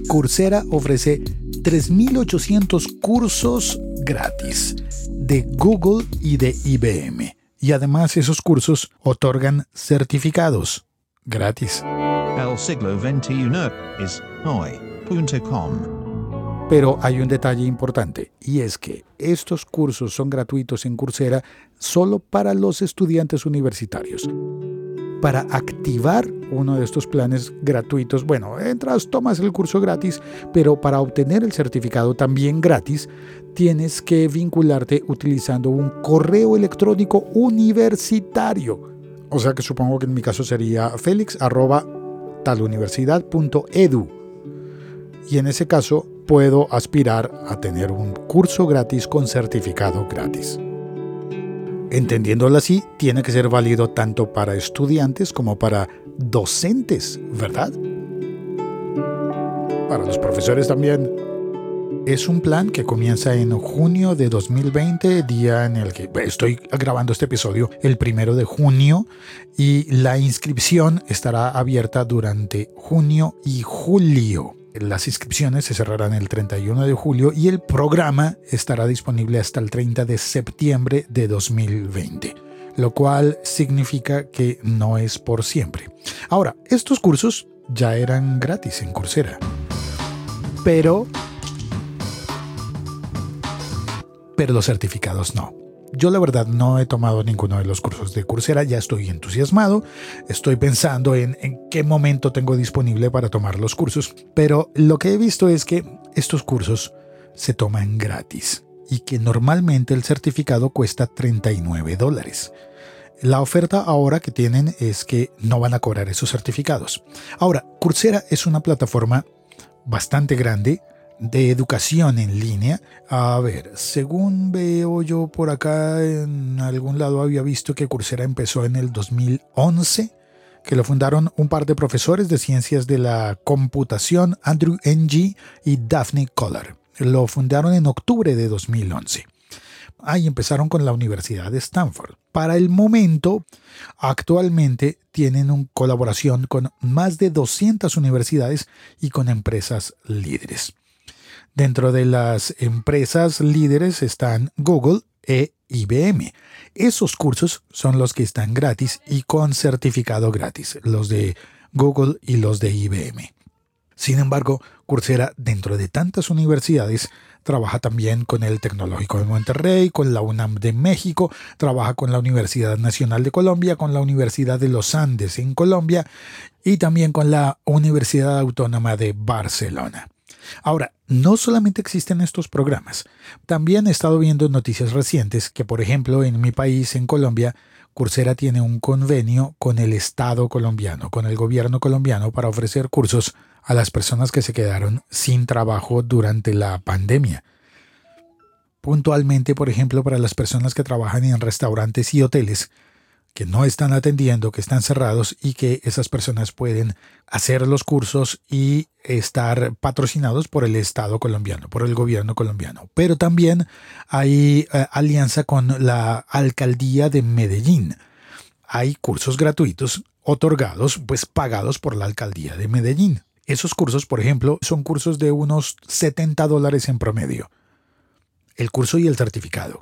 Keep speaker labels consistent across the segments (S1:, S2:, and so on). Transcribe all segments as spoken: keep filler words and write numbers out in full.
S1: Coursera ofrece tres mil ochocientos cursos gratis de Google y de I B M. Y además esos cursos otorgan certificados gratis.
S2: El siglo veintiuno es hoy punto com.
S1: Pero hay un detalle importante, y es que estos cursos son gratuitos en Coursera solo para los estudiantes universitarios. Para activar uno de estos planes gratuitos, bueno, entras, tomas el curso gratis, pero para obtener el certificado también gratis, tienes que vincularte utilizando un correo electrónico universitario. O sea que supongo que en mi caso sería felix arroba taluniversidad punto edu. Y en ese caso puedo aspirar a tener un curso gratis con certificado gratis. Entendiéndolo así, tiene que ser válido tanto para estudiantes como para docentes, ¿verdad? Para los profesores también. Es un plan que comienza en junio de dos mil veinte, día en el que estoy grabando este episodio, el primero de junio, y la inscripción estará abierta durante junio y julio. Las inscripciones se cerrarán el treinta y uno de julio y el programa estará disponible hasta el treinta de septiembre de dos mil veinte, lo cual significa que no es por siempre. Ahora, estos cursos ya eran gratis en Coursera, pero, pero los certificados no. Yo la verdad no he tomado ninguno de los cursos de Coursera, ya estoy entusiasmado, estoy pensando en, en qué momento tengo disponible para tomar los cursos, pero lo que he visto es que estos cursos se toman gratis y que normalmente el certificado cuesta treinta y nueve dólares. La oferta ahora que tienen es que no van a cobrar esos certificados. Ahora, Coursera es una plataforma bastante grande de educación en línea. A ver, según veo yo por acá, en algún lado había visto que Coursera empezó en el dos mil once, que lo fundaron un par de profesores de ciencias de la computación, Andrew Ng y Daphne Koller. Lo fundaron en octubre de dos mil once. Ahí empezaron con la Universidad de Stanford. Para el momento, actualmente tienen una colaboración con más de doscientas universidades y con empresas líderes. Dentro de las empresas líderes están Google e I B M. Esos cursos son los que están gratis y con certificado gratis, los de Google y los de I B M. Sin embargo, Coursera, dentro de tantas universidades, trabaja también con el Tecnológico de Monterrey, con la UNAM de México, trabaja con la Universidad Nacional de Colombia, con la Universidad de los Andes en Colombia y también con la Universidad Autónoma de Barcelona. Ahora, no solamente existen estos programas, también he estado viendo noticias recientes que, por ejemplo, en mi país, en Colombia, Coursera tiene un convenio con el Estado colombiano, con el gobierno colombiano, para ofrecer cursos a las personas que se quedaron sin trabajo durante la pandemia. Puntualmente, por ejemplo, para las personas que trabajan en restaurantes y hoteles, que no están atendiendo, que están cerrados y que esas personas pueden hacer los cursos y estar patrocinados por el Estado colombiano, por el gobierno colombiano. Pero también hay eh, alianza con la Alcaldía de Medellín. Hay cursos gratuitos otorgados, pues pagados por la Alcaldía de Medellín. Esos cursos, por ejemplo, son cursos de unos setenta dólares en promedio. El curso y el certificado.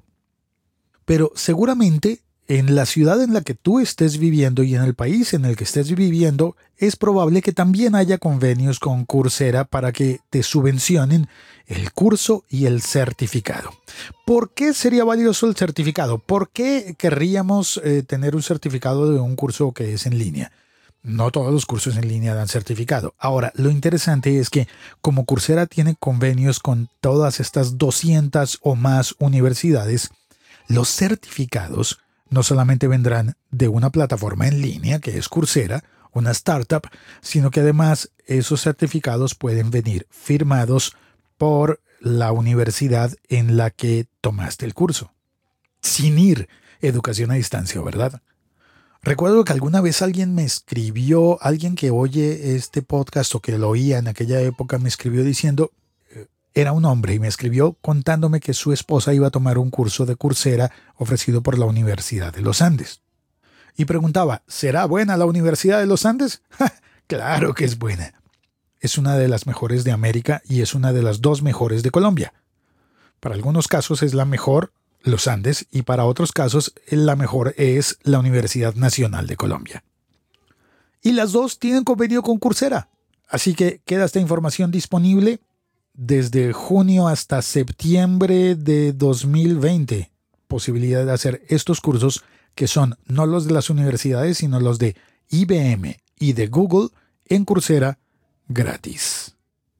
S1: Pero seguramente en la ciudad en la que tú estés viviendo y en el país en el que estés viviendo, es probable que también haya convenios con Coursera para que te subvencionen el curso y el certificado. ¿Por qué sería valioso el certificado? ¿Por qué querríamos eh, tener un certificado de un curso que es en línea? No todos los cursos en línea dan certificado. Ahora, lo interesante es que como Coursera tiene convenios con todas estas doscientas o más universidades, los certificados no solamente vendrán de una plataforma en línea, que es Coursera, una startup, sino que además esos certificados pueden venir firmados por la universidad en la que tomaste el curso. Sin ir, educación a distancia, ¿verdad? Recuerdo que alguna vez alguien me escribió, alguien que oye este podcast o que lo oía en aquella época, me escribió diciendo, era un hombre y me escribió contándome que su esposa iba a tomar un curso de Coursera ofrecido por la Universidad de los Andes. Y preguntaba, ¿será buena la Universidad de los Andes? ¡Ja! Claro que es buena. es una de las mejores de América y es una de las dos mejores de Colombia. Para algunos casos es la mejor los Andes y para otros casos la mejor es la Universidad Nacional de Colombia. Y las dos tienen convenio con Coursera. Así que queda esta información disponible desde junio hasta septiembre de dos mil veinte. Posibilidad de hacer estos cursos que son no los de las universidades, sino los de I B M y de Google en Coursera gratis.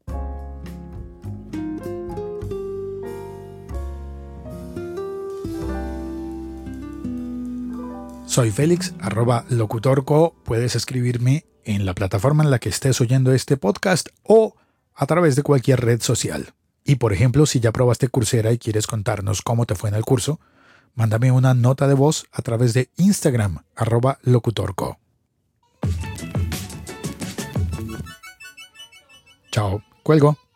S1: Soy Félix, arroba locutorco. Puedes escribirme en la plataforma en la que estés oyendo este podcast o a través de cualquier red social. Y por ejemplo, si ya probaste Coursera y quieres contarnos cómo te fue en el curso, mándame una nota de voz a través de Instagram, arroba locutorco. Chao, cuelgo.